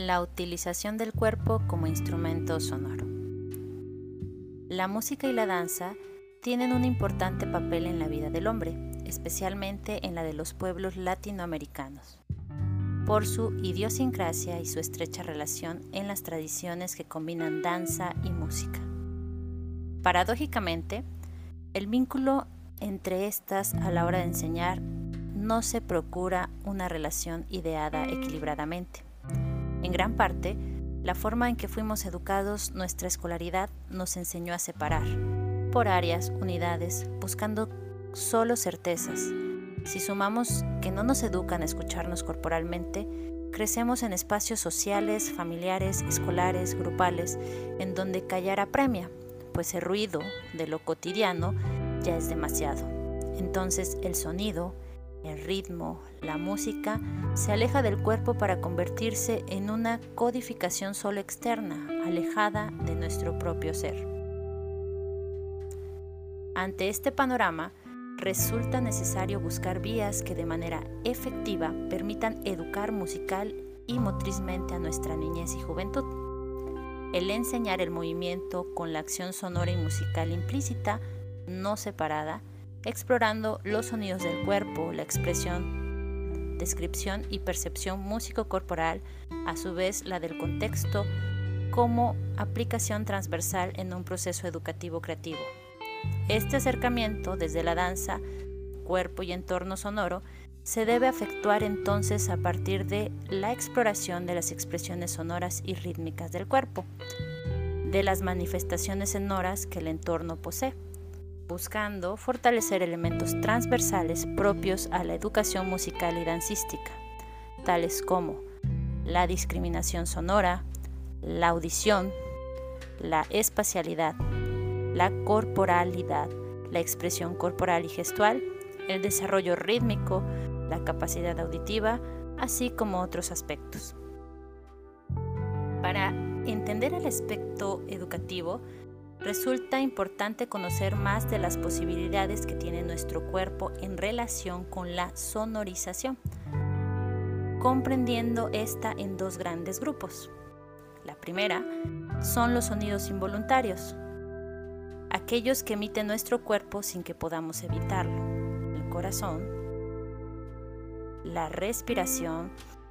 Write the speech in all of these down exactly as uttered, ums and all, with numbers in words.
La utilización del cuerpo como instrumento sonoro. La música y la danza tienen un importante papel en la vida del hombre, especialmente en la de los pueblos latinoamericanos, por su idiosincrasia y su estrecha relación en las tradiciones que combinan danza y música. Paradójicamente, el vínculo entre estas a la hora de enseñar no se procura una relación ideada equilibradamente. En gran parte, la forma en que fuimos educados, nuestra escolaridad nos enseñó a separar, por áreas, unidades, buscando solo certezas. Si sumamos que no nos educan a escucharnos corporalmente, crecemos en espacios sociales, familiares, escolares, grupales, en donde callar apremia, pues el ruido de lo cotidiano ya es demasiado. Entonces el sonido, el ritmo, la música se aleja del cuerpo para convertirse en una codificación solo externa, alejada de nuestro propio ser. Ante este panorama, resulta necesario buscar vías que de manera efectiva permitan educar musical y motrizmente a nuestra niñez y juventud. El enseñar el movimiento con la acción sonora y musical implícita, no separada, explorando los sonidos del cuerpo, la expresión, descripción y percepción músico-corporal, a su vez la del contexto, como aplicación transversal en un proceso educativo creativo. Este acercamiento desde la danza, cuerpo y entorno sonoro se debe efectuar entonces a partir de la exploración de las expresiones sonoras y rítmicas del cuerpo, de las manifestaciones sonoras que el entorno posee, buscando fortalecer elementos transversales propios a la educación musical y dancística, tales como la discriminación sonora, la audición, la espacialidad, la corporalidad, la expresión corporal y gestual, el desarrollo rítmico, la capacidad auditiva, así como otros aspectos. Para entender el aspecto educativo, resulta importante conocer más de las posibilidades que tiene nuestro cuerpo en relación con la sonorización, comprendiendo esta en dos grandes grupos. La primera son los sonidos involuntarios, aquellos que emite nuestro cuerpo sin que podamos evitarlo: el corazón, la respiración,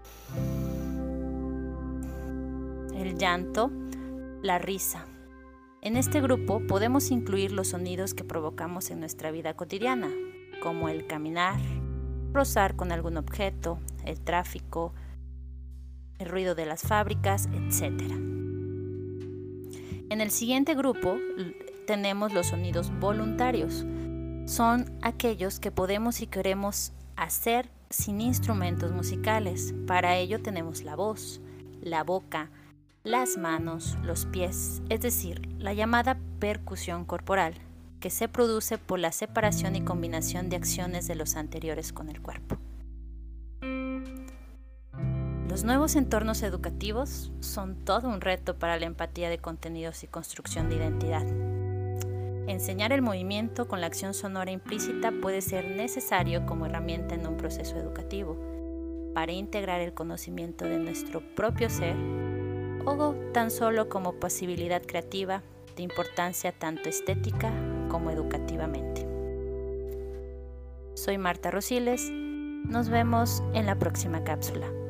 el llanto, la risa. En este grupo podemos incluir los sonidos que provocamos en nuestra vida cotidiana, como el caminar, rozar con algún objeto, el tráfico, el ruido de las fábricas, etcétera. En el siguiente grupo tenemos los sonidos voluntarios. Son aquellos que podemos y queremos hacer sin instrumentos musicales. Para ello tenemos la voz, la boca, las manos, los pies, es decir, la llamada percusión corporal, que se produce por la separación y combinación de acciones de los anteriores con el cuerpo. Los nuevos entornos educativos son todo un reto para la empatía de contenidos y construcción de identidad. Enseñar el movimiento con la acción sonora implícita puede ser necesario como herramienta en un proceso educativo, para integrar el conocimiento de nuestro propio ser, o tan solo como posibilidad creativa de importancia tanto estética como educativamente. Soy Marta Rosiles, nos vemos en la próxima cápsula.